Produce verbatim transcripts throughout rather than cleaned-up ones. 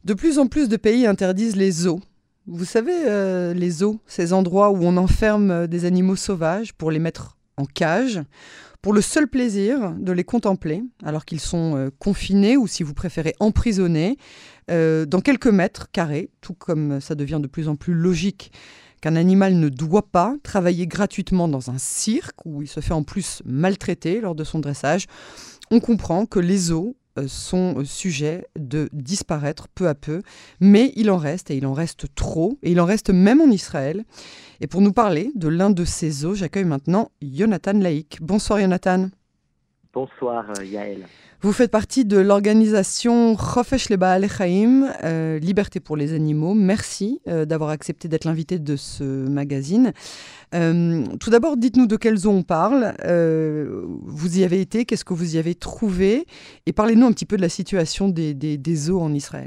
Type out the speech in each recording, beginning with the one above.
De plus en plus de pays interdisent les zoos. Vous savez, euh, les zoos, ces endroits où on enferme euh, des animaux sauvages pour les mettre en cage, pour le seul plaisir de les contempler, alors qu'ils sont euh, confinés ou, si vous préférez, emprisonnés, euh, dans quelques mètres carrés, tout comme ça devient de plus en plus logique qu'un animal ne doit pas travailler gratuitement dans un cirque où il se fait en plus maltraiter lors de son dressage. On comprend que les zoos euh, sont euh, sujets de disparaître peu à peu, mais il en reste, et il en reste trop, et il en reste même en Israël. Et pour nous parler de l'un de ces zoos, j'accueille maintenant Yonatan Laïc. Bonsoir Yonatan. Bonsoir euh, Yaël. Vous faites partie de l'organisation Chofesh Lebaal Chaim, euh, Liberté pour les animaux. Merci euh, d'avoir accepté d'être l'invité de ce magazine. Euh, tout d'abord, dites-nous de quel zoo on parle. Euh, vous y avez été, qu'est-ce que vous y avez trouvé? Et parlez-nous un petit peu de la situation des, des, des zoos en Israël.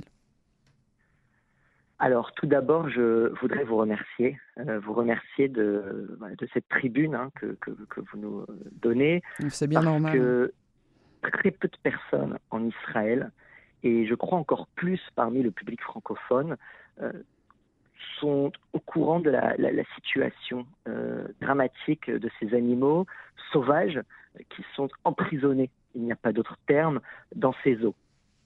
Alors tout d'abord, je voudrais vous remercier, euh, vous remercier de, de cette tribune hein, que, que, que vous nous donnez, C'est bien parce normal. que très peu de personnes en Israël, et je crois encore plus parmi le public francophone, euh, sont au courant de la, la, la situation euh, dramatique de ces animaux sauvages qui sont emprisonnés, il n'y a pas d'autre terme, dans ces zoos.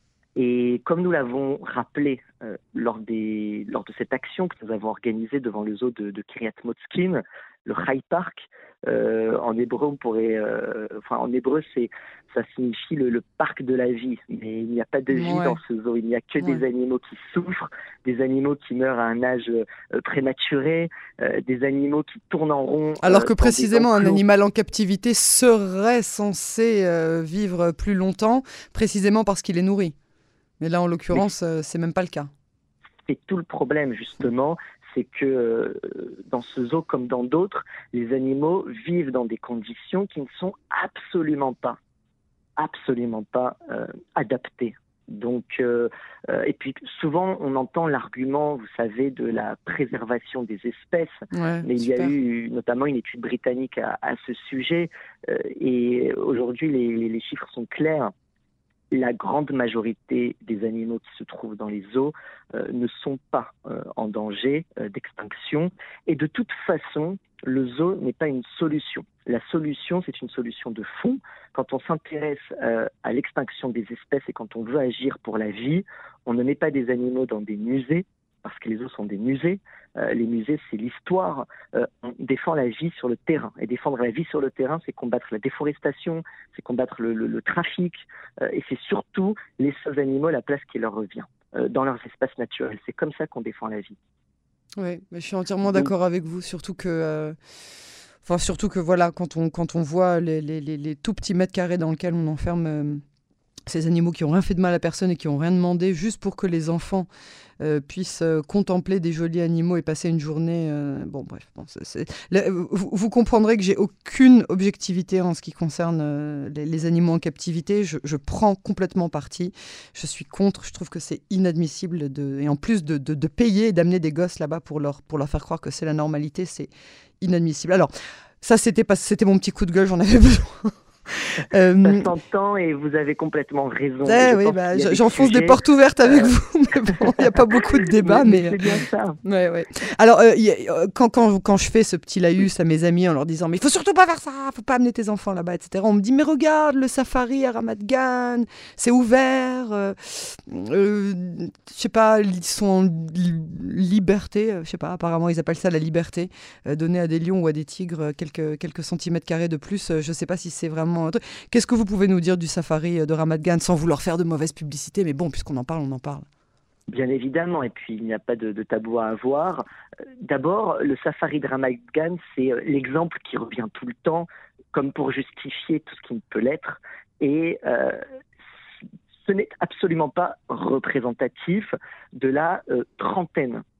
Et comme nous l'avons rappelé euh, lors, des, lors de cette action que nous avons organisée devant le zoo de, de Kiryat Motskin, le Chai Park, euh, en hébreu, on pourrait, euh, enfin en hébreu, c'est, ça signifie le, le parc de la vie. Mais il n'y a pas de vie Ouais. dans ce zoo. Il n'y a que Ouais. des animaux qui souffrent, des animaux qui meurent à un âge euh, prématuré, euh, des animaux qui tournent en rond. Alors euh, que dans des précisément un enclos. animal en captivité serait censé euh, vivre plus longtemps, précisément parce qu'il est nourri. Mais là, en l'occurrence, euh, c'est même pas le cas. C'est tout le problème, justement, c'est que euh, dans ce zoo comme dans d'autres, les animaux vivent dans des conditions qui ne sont absolument pas, absolument pas euh, adaptées. Donc, euh, euh, et puis souvent on entend l'argument, vous savez, de la préservation des espèces, Ouais, mais il y a super. eu notamment une étude britannique à, à ce sujet, euh, et aujourd'hui les, les chiffres sont clairs. La grande majorité des animaux qui se trouvent dans les zoos euh, ne sont pas euh, en danger euh, d'extinction. Et de toute façon, le zoo n'est pas une solution. La solution, c'est une solution de fond. Quand on s'intéresse euh, à l'extinction des espèces et quand on veut agir pour la vie, on ne met pas des animaux dans des musées, parce que les zoos sont des musées. Euh, les musées, c'est l'histoire. Euh, on défend la vie sur le terrain. Et défendre la vie sur le terrain, c'est combattre la déforestation, c'est combattre le, le, le trafic, euh, et c'est surtout laisser aux animaux la place qui leur revient euh, dans leurs espaces naturels. C'est comme ça qu'on défend la vie. Oui, mais je suis entièrement Donc, d'accord avec vous, surtout que, euh, enfin, surtout que voilà, quand on, quand on voit les, les, les, les tout petits mètres carrés dans lesquels on enferme euh, ces animaux qui n'ont rien fait de mal à personne et qui n'ont rien demandé, juste pour que les enfants euh, puissent euh, contempler des jolis animaux et passer une journée. Euh, bon, bref, bon, c'est, c'est... Là, vous, vous comprendrez que j'ai aucune objectivité en ce qui concerne euh, les, les animaux en captivité. Je, je prends complètement parti. Je suis contre. Je trouve que c'est inadmissible de, et en plus de, de, de payer et d'amener des gosses là-bas pour leur, pour leur faire croire que c'est la normalité, c'est inadmissible. Alors, ça, c'était, pas, c'était mon petit coup de gueule. J'en avais besoin. ça Euh, s'entend et vous avez complètement raison. eh Je oui, pense bah, qu'il y a des j'enfonce sujets, des portes ouvertes avec euh... vous, mais bon, il n'y a pas beaucoup de débats. mais, mais Mais, c'est bien ça. ouais, ouais. Alors, euh, y a, quand, quand, quand je fais ce petit laïus à mes amis en leur disant « Mais il faut surtout pas faire ça, il faut pas amener tes enfants là-bas, et cetera » On me dit « Mais regarde, le safari à Ramat Gan, c'est ouvert, euh, euh, je sais pas, ils sont en li- liberté, euh, je sais pas, apparemment ils appellent ça la liberté, euh, donnée à des lions ou à des tigres quelques, quelques centimètres carrés de plus, euh, je sais pas si c'est vraiment un truc. » Qu'est-ce que vous pouvez nous dire du safari de Ramat Gan sans vouloir faire de mauvaise publicité, mais bon, puisqu'on en parle, on en parle. Bien évidemment, et puis il n'y a pas de, de tabou à avoir. Euh, D'abord, le safari de Ramat Gan, c'est euh, l'exemple qui revient tout le temps, comme pour justifier tout ce qui ne peut l'être. Et euh, ce n'est absolument pas représentatif de la euh, trentaine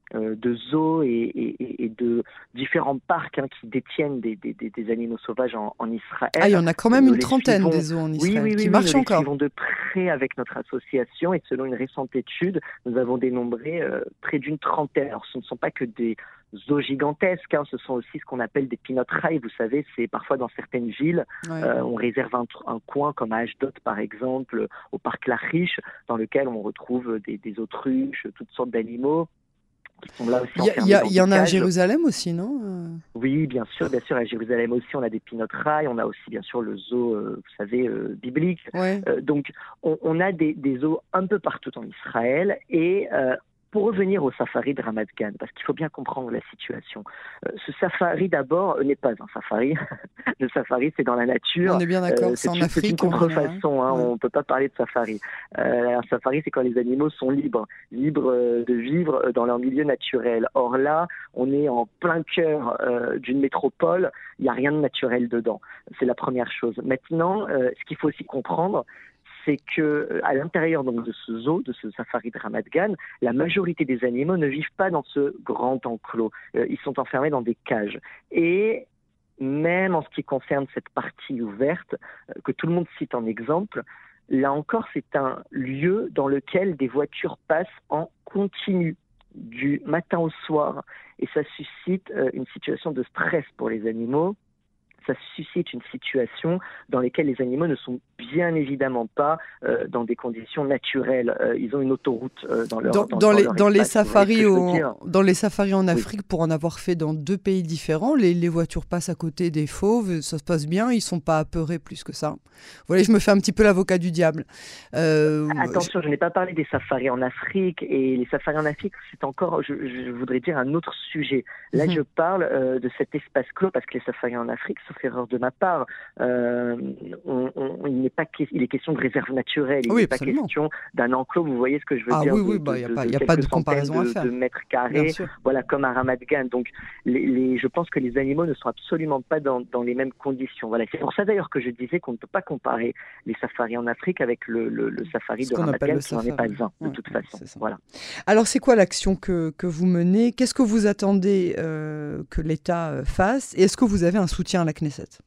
euh, de zoos et, et, et de différents parcs hein, qui détiennent des, des, des, des animaux sauvages en, en Israël. Ah, il y en a quand même Nous une les trentaine suivons, des zoos en Israël oui, oui, qui oui, oui, marchent nous les encore. suivons de près avec notre association et selon une récente étude, nous avons dénombré euh, près d'une trentaine. Alors ce ne sont pas que des zoos gigantesques, hein, ce sont aussi ce qu'on appelle des peanut rails. Vous savez, c'est parfois dans certaines villes, Ouais. euh, on réserve un, un coin comme à Ashdod par exemple, au parc Lachish, dans lequel on retrouve des, des autruches, toutes sortes d'animaux qui sont là aussi Il y, enfermés a, dans il y des en a à cages. Jérusalem aussi, non? euh... Oui, bien sûr, bien sûr. À Jérusalem aussi, on a des peanut rails, on a aussi bien sûr le zoo, euh, vous savez, euh, biblique. Ouais. Euh, donc, on, on a des, des zoos un peu partout en Israël et euh, pour revenir au safari de Ramat Gan, parce qu'il faut bien comprendre la situation. Euh, ce safari, d'abord, euh, n'est pas un safari. Le safari, c'est dans la nature. On est bien d'accord, Euh, c'est c'est en une, Afrique une contrefaçon. Hein, ouais. On ne peut pas parler de safari. Euh, un safari, c'est quand les animaux sont libres, libres euh, de vivre dans leur milieu naturel. Or là, on est en plein cœur euh, d'une métropole. Il n'y a rien de naturel dedans. C'est la première chose. Maintenant, euh, ce qu'il faut aussi comprendre, c'est que à l'intérieur donc de ce zoo, de ce safari de Ramat Gan, la majorité des animaux ne vivent pas dans ce grand enclos. Euh, ils sont enfermés dans des cages. Et même en ce qui concerne cette partie ouverte, euh, que tout le monde cite en exemple, là encore, c'est un lieu dans lequel des voitures passent en continu, du matin au soir. Et ça suscite euh, une situation de stress pour les animaux. Ça suscite une situation dans laquelle les animaux ne sont bien évidemment pas euh, dans des conditions naturelles. Euh, ils ont une autoroute euh, dans leur dans, dans, dans, dans les, leur dans les espace. safaris au, dans les safaris en Afrique, oui. Pour en avoir fait dans deux pays différents, les, les voitures passent à côté des fauves, ça se passe bien, ils sont pas apeurés plus que ça. Vous voyez, je me fais un petit peu l'avocat du diable. Euh, Attention, je... je n'ai pas parlé des safaris en Afrique, et les safaris en Afrique, c'est encore, je, je voudrais dire, un autre sujet. Là, mmh. je parle euh, de cet espace clos, parce que les safaris en Afrique, sauf erreur de ma part, euh, on, on, il n'est pas il est question de réserve naturelle, il oui, n'est pas question d'un enclos. Vous voyez ce que je veux ah, dire? Oui, de, oui, bah, il de, n'y a, de a pas de comparaison de, à faire. de mètres carrés, voilà, comme à Ramat Gan. Donc, les, les, je pense que les animaux ne sont absolument pas dans, dans les mêmes conditions. Voilà, c'est pour ça d'ailleurs que je disais qu'on ne peut pas comparer les safaris en Afrique avec le, le, le safari ce de Ramat Gan, qui n'en est pas un, de ouais, toute ouais, façon. Voilà. Alors, c'est quoi l'action que, que vous menez? Qu'est-ce que vous attendez euh, que l'État fasse? Et est-ce que vous avez un soutien à la Knesset?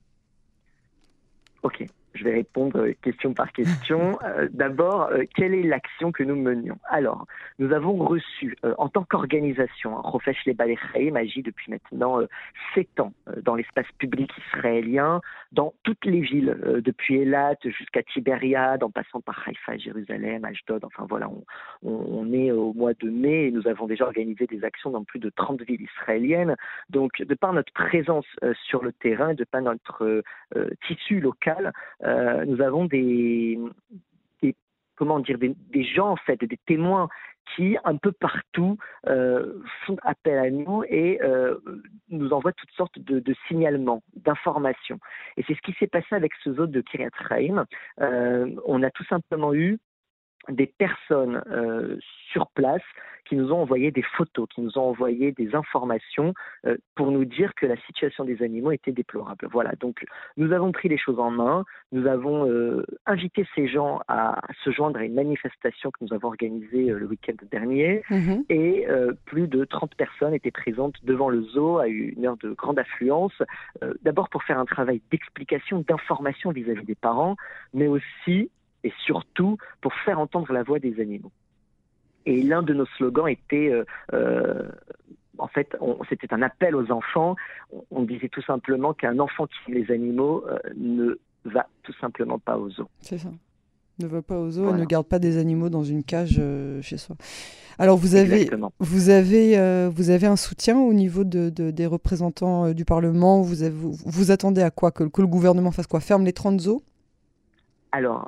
Ok, je vais répondre question par question. Euh, D'abord, euh, quelle est l'action que nous menions? Alors, nous avons reçu, euh, en tant qu'organisation, Rofesh Lebalei Chaim agit depuis maintenant euh, sept ans euh, dans l'espace public israélien, dans toutes les villes, euh, depuis Eilat jusqu'à Tibériade, en passant par Haïfa, Jérusalem, Ashdod, enfin voilà, on, on, on est au mois de mai et nous avons déjà organisé des actions dans plus de trente villes israéliennes. Donc, de par notre présence euh, sur le terrain, de par notre euh, euh, tissu local, Euh, nous avons des, des comment dire des, des gens en fait, des témoins qui un peu partout euh, font appel à nous et euh, nous envoient toutes sortes de, de signalements, d'informations. Et c'est ce qui s'est passé avec ce zoo de Kiryat Chaim. Euh, on a tout simplement eu des personnes euh, sur place qui nous ont envoyé des photos, qui nous ont envoyé des informations euh, pour nous dire que la situation des animaux était déplorable. Voilà, donc nous avons pris les choses en main, nous avons euh, invité ces gens à, à se joindre à une manifestation que nous avons organisée euh, le week-end dernier, mmh. et euh, plus de trente personnes étaient présentes devant le zoo à une heure de grande affluence, euh, d'abord pour faire un travail d'explication, d'information vis-à-vis des parents, mais aussi et surtout pour faire entendre la voix des animaux. Et l'un de nos slogans était, euh, euh, en fait, on, c'était un appel aux enfants. On, on disait tout simplement qu'un enfant qui aime les animaux euh, ne va tout simplement pas au zoo. C'est ça. Ne va pas au zoo voilà. et ne garde pas des animaux dans une cage euh, chez soi. Alors vous avez, vous avez, euh, vous avez un soutien au niveau de, de, des représentants euh, du Parlement. Vous, avez, vous, vous attendez à quoi, que, que le gouvernement fasse quoi? Ferme les trente zoos? Alors,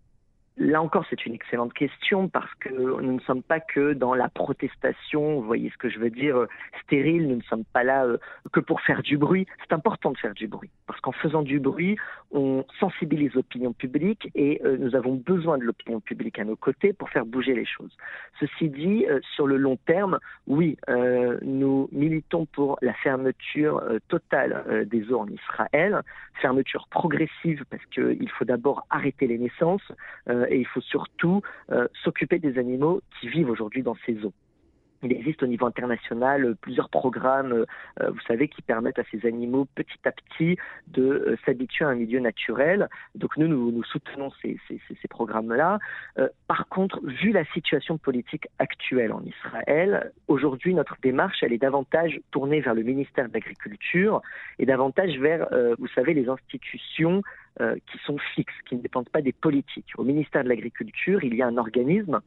là encore, c'est une excellente question parce que nous ne sommes pas que dans la protestation, vous voyez ce que je veux dire, stérile, nous ne sommes pas là euh, que pour faire du bruit. C'est important de faire du bruit parce qu'en faisant du bruit, on sensibilise l'opinion publique et euh, nous avons besoin de l'opinion publique à nos côtés pour faire bouger les choses. Ceci dit, euh, sur le long terme, oui, euh, nous militons pour la fermeture euh, totale euh, des zoos en Israël, fermeture progressive parce qu'il faut d'abord arrêter les naissances, euh, et il faut surtout euh, s'occuper des animaux qui vivent aujourd'hui dans ces zoos. Il existe au niveau international plusieurs programmes, euh, vous savez, qui permettent à ces animaux petit à petit de euh, s'habituer à un milieu naturel. Donc nous, nous, nous soutenons ces, ces, ces programmes-là. Euh, par contre, vu la situation politique actuelle en Israël, aujourd'hui, notre démarche, elle est davantage tournée vers le ministère de l'Agriculture et davantage vers, euh, vous savez, les institutions euh, qui sont fixes, qui ne dépendent pas des politiques. Au ministère de l'Agriculture, il y a un organisme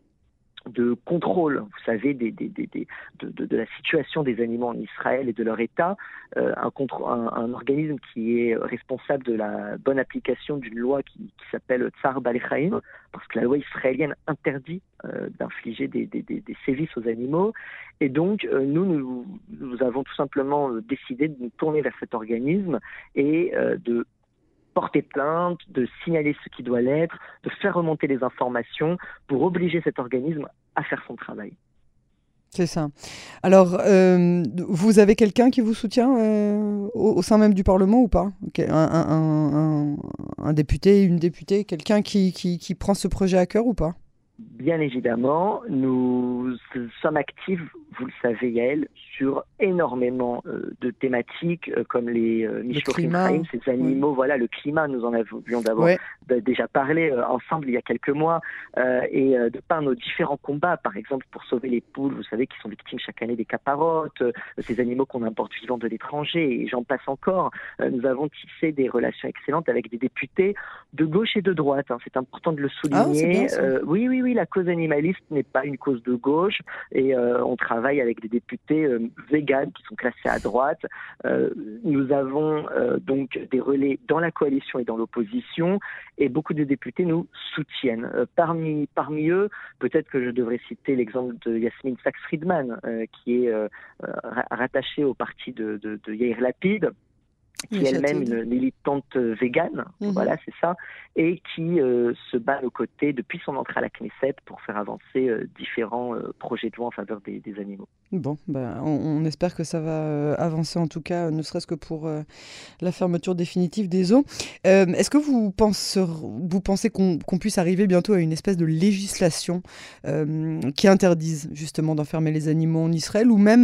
de contrôle, vous savez, des, des, des, des, de, de, de la situation des animaux en Israël et de leur état, euh, un, un, un organisme qui est responsable de la bonne application d'une loi qui, qui s'appelle Tsar Balei Chaim, parce que la loi israélienne interdit euh, d'infliger des, des, des, des sévices aux animaux. Et donc, euh, nous, nous, nous avons tout simplement décidé de nous tourner vers cet organisme et euh, de porter plainte, de signaler ce qui doit l'être, de faire remonter les informations pour obliger cet organisme à faire son travail. C'est ça. Alors, euh, vous avez quelqu'un qui vous soutient euh, au, au sein même du Parlement ou pas? un, un, un, un député, une députée, quelqu'un qui, qui, qui prend ce projet à cœur ou pas? Bien évidemment, nous sommes actifs, vous le savez Yael, sur énormément euh, de thématiques euh, comme les euh, Mishlochim Chaim, ces animaux, oui. Voilà, le climat, nous en avions d'abord ouais. déjà parlé euh, ensemble il y a quelques mois, euh, et euh, de par nos différents combats, par exemple pour sauver les poules, vous savez, qui sont victimes chaque année des caparottes, euh, ces animaux qu'on importe vivants de l'étranger, et j'en passe encore, euh, nous avons tissé des relations excellentes avec des députés de gauche et de droite, hein, c'est important de le souligner. Ah, euh, oui, oui, oui, la cause animaliste n'est pas une cause de gauche, et euh, on travaille avec des députés euh, véganes qui sont classés à droite. Euh, nous avons euh, donc des relais dans la coalition et dans l'opposition, et beaucoup de députés nous soutiennent. Euh, parmi, parmi eux, peut-être que je devrais citer l'exemple de Yasmine Sachs-Friedman, euh, qui est euh, rattachée au parti de, de, de Yair Lapid, qui est elle-même une militante végane, mmh. Voilà, c'est ça, et qui euh, se bat aux côtés depuis son entrée à la Knesset pour faire avancer euh, différents euh, projets de loi en faveur des, des animaux. Bon, ben, on, on espère que ça va euh, avancer en tout cas, ne serait-ce que pour euh, la fermeture définitive des zoos. Euh, est-ce que vous, pense, vous pensez qu'on, qu'on puisse arriver bientôt à une espèce de législation euh, qui interdise justement d'enfermer les animaux en Israël, ou même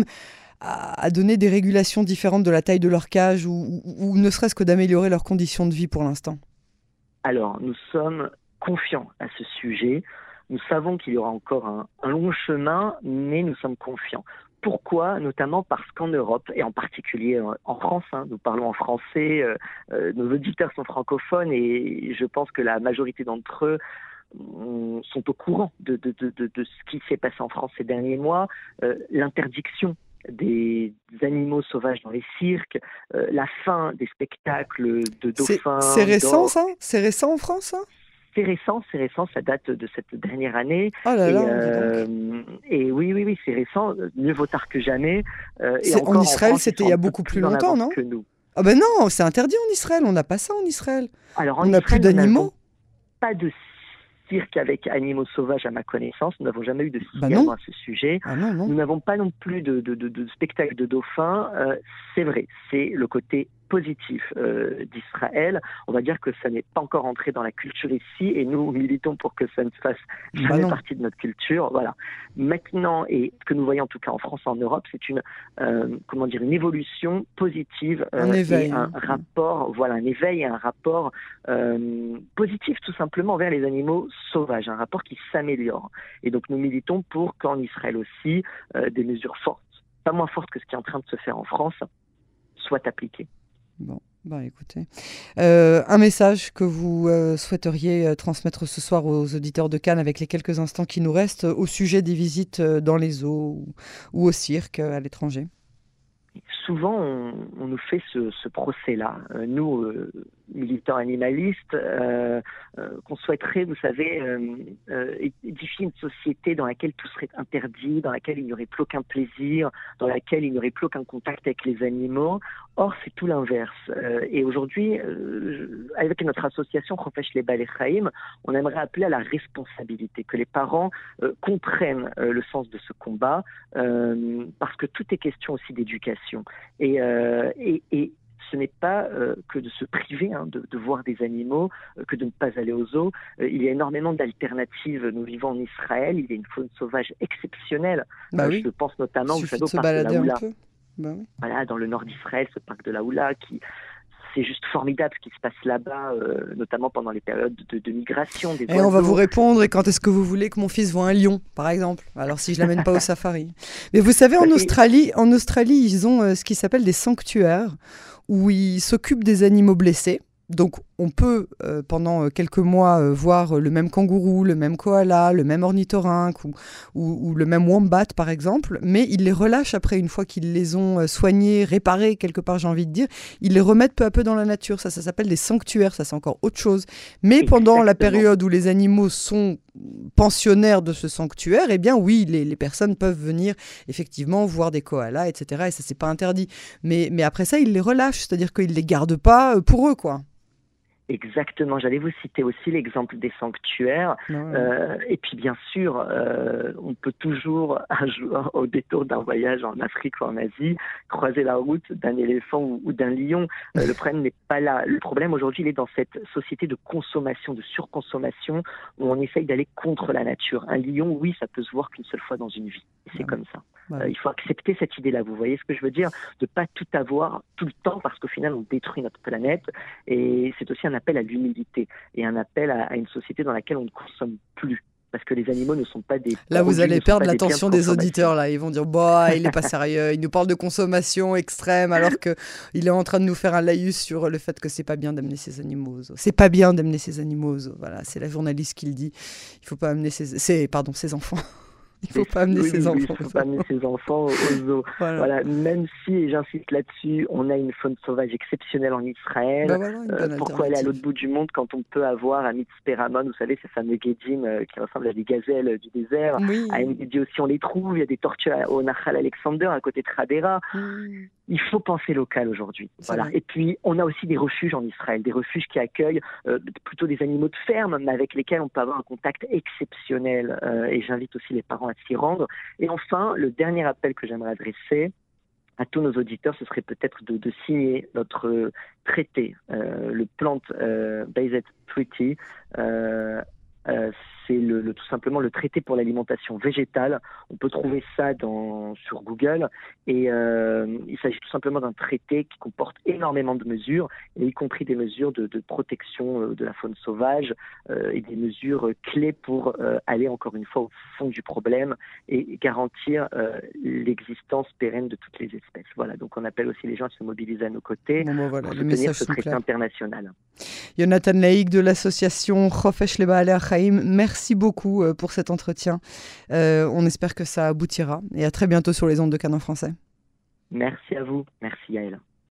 à donner des régulations différentes de la taille de leur cage, ou, ou, ou ne serait-ce que d'améliorer leurs conditions de vie pour l'instant? Alors, nous sommes confiants à ce sujet. Nous savons qu'il y aura encore un, un long chemin, mais nous sommes confiants. Pourquoi? Notamment parce qu'en Europe, et en particulier en France, hein, nous parlons en français, euh, euh, nos auditeurs sont francophones, et je pense que la majorité d'entre eux sont au courant de, de, de, de, de ce qui s'est passé en France ces derniers mois. Euh, l'interdiction des animaux sauvages dans les cirques, euh, la fin des spectacles de dauphins. C'est, c'est récent d'or. ça C'est récent en France ça C'est récent, c'est récent, ça date de cette dernière année. Oh là et, là, euh, et oui, oui, oui, c'est récent, mieux vaut tard que jamais. Euh, et encore, en Israël, en France, c'était il y a beaucoup plus longtemps, non que nous. Ah ben non, c'est interdit en Israël, on n'a pas ça en Israël. Alors, en on n'a plus d'animaux. Pas de cirque avec animaux sauvages à ma connaissance, nous n'avons jamais eu de signalement bah à ce sujet. Ah non, non. Nous n'avons pas non plus de, de, de, de spectacle de dauphins. Euh, c'est vrai, c'est le côté positif euh, d'Israël. On va dire que ça n'est pas encore entré dans la culture ici, et nous militons pour que ça ne fasse jamais bah partie de notre culture. Voilà. Maintenant, et ce que nous voyons en tout cas en France, en Europe, c'est une euh, comment dire une évolution positive, euh, un éveil, et un hein. rapport, voilà, un éveil et un rapport euh, positif tout simplement vers les animaux sauvages, un rapport qui s'améliore. Et donc nous militons pour qu'en Israël aussi euh, des mesures fortes, pas moins fortes que ce qui est en train de se faire en France, soient appliquées. Bon, bah écoutez, euh, un message que vous euh, souhaiteriez euh, transmettre ce soir aux auditeurs de Cannes avec les quelques instants qui nous restent euh, au sujet des visites euh, dans les zoos ou, ou au cirque euh, à l'étranger? Souvent, on, on nous fait ce, ce procès-là. Euh, nous, euh, militants animalistes, euh, euh, qu'on souhaiterait, vous savez, euh, euh, édifier une société dans laquelle tout serait interdit, dans laquelle il n'y aurait plus aucun plaisir, dans laquelle il n'y aurait plus aucun contact avec les animaux. Or, c'est tout l'inverse. Euh, et aujourd'hui, euh, avec notre association Chofesh les Balei Chaim, on aimerait appeler à la responsabilité, que les parents euh, comprennent euh, le sens de ce combat, euh, parce que tout est question aussi d'éducation. Et, euh, et, et ce n'est pas euh, que de se priver hein, de, de voir des animaux, euh, que de ne pas aller aux zoos. Euh, il y a énormément d'alternatives. Nous vivons en Israël, il y a une faune sauvage exceptionnelle. Bah Euh, oui. je pense notamment, Il vous suffit savez, de au se parc de la balader un Houla. peu. Bah oui. Voilà, dans le nord d'Israël, ce parc de la Houla qui c'est juste formidable ce qui se passe là-bas, euh, notamment pendant les périodes de, de migration des Et oiseaux. on va vous répondre, et quand est-ce que vous voulez que mon fils voit un lion, par exemple? Alors si je l'amène pas au safari. Mais vous savez, en Australie, en Australie, ils ont euh, ce qui s'appelle des sanctuaires, où ils s'occupent des animaux blessés. Donc on peut euh, pendant quelques mois euh, voir le même kangourou, le même koala, le même ornithorynque ou, ou, ou le même wombat par exemple, mais ils les relâchent après, une fois qu'ils les ont euh, soignés, réparés quelque part, j'ai envie de dire, ils les remettent peu à peu dans la nature. Ça, ça s'appelle des sanctuaires, ça c'est encore autre chose. Mais Exactement. Pendant la période où les animaux sont pensionnaires de ce sanctuaire, eh bien oui, les, les personnes peuvent venir effectivement voir des koalas, et cetera. Et ça, c'est pas interdit. Mais, mais après ça, ils les relâchent, c'est-à-dire qu'ils les gardent pas pour eux, quoi. Exactement, j'allais vous citer aussi l'exemple des sanctuaires. Ouais. Euh, et puis bien sûr, euh, on peut toujours, un jour, au détour d'un voyage en Afrique ou en Asie, croiser la route d'un éléphant ou, ou d'un lion. Euh, le problème n'est pas là. Le problème aujourd'hui, il est dans cette société de consommation, de surconsommation, où on essaye d'aller contre la nature. Un lion, oui, ça peut se voir qu'une seule fois dans une vie. Et c'est ouais. comme ça. Ouais. Euh, il faut accepter cette idée-là, vous voyez ce que je veux dire? De pas tout avoir tout le temps, parce qu'au final, on détruit notre planète. Et c'est aussi un appel à l'humilité et un appel à, à une société dans laquelle on ne consomme plus. Parce que les animaux ne sont pas des... Là, vous allez perdre l'attention des, des auditeurs. Là, ils vont dire, bah, il n'est pas sérieux, il nous parle de consommation extrême, alors qu'il est en train de nous faire un laïus sur le fait que c'est pas bien d'amener ces animaux aux zoos. C'est pas bien d'amener ces animaux aux zoos. Voilà, c'est la journaliste qui le dit. Il faut pas amener ses, ses, pardon, ses enfants. Il ne faut pas amener oui, ses oui, enfants. Il ne faut pas amener ses enfants au zoo. Voilà. Voilà. Même si, et j'insiste là-dessus, on a une faune sauvage exceptionnelle en Israël. Bah voilà, euh, pourquoi aller à l'autre bout du monde quand on peut avoir à Mitzperamon, vous savez, ces fameux guédim euh, qui ressemblent à des gazelles du désert. Oui. À Engedi aussi, on les trouve. Il y a des tortues au Nahal Alexander, à côté de Hadera. Mm. Il faut penser local aujourd'hui. Voilà. Et puis, on a aussi des refuges en Israël, des refuges qui accueillent euh, plutôt des animaux de ferme, mais avec lesquels on peut avoir un contact exceptionnel. Euh, et j'invite aussi les parents à s'y rendre. Et enfin, le dernier appel que j'aimerais adresser à tous nos auditeurs, ce serait peut-être de, de signer notre euh, traité, euh, le Plant euh, Based Treaty. Euh, euh, c'est le, le, tout simplement le traité pour l'alimentation végétale. On peut trouver ça dans, sur Google. Et euh, il s'agit tout simplement d'un traité qui comporte énormément de mesures, et y compris des mesures de, de protection euh, de la faune sauvage euh, et des mesures euh, clés pour euh, aller encore une fois au fond du problème et garantir euh, l'existence pérenne de toutes les espèces. Voilà, donc on appelle aussi les gens à se mobiliser à nos côtés bon, bon, voilà, pour soutenir ce traité clairs. international. Yonatan Laïc de l'association Chofesh Le'Baalei Hachaim, merci beaucoup pour cet entretien. Euh, on espère que ça aboutira. Et à très bientôt sur les ondes de Canon Français. Merci à vous. Merci Yael.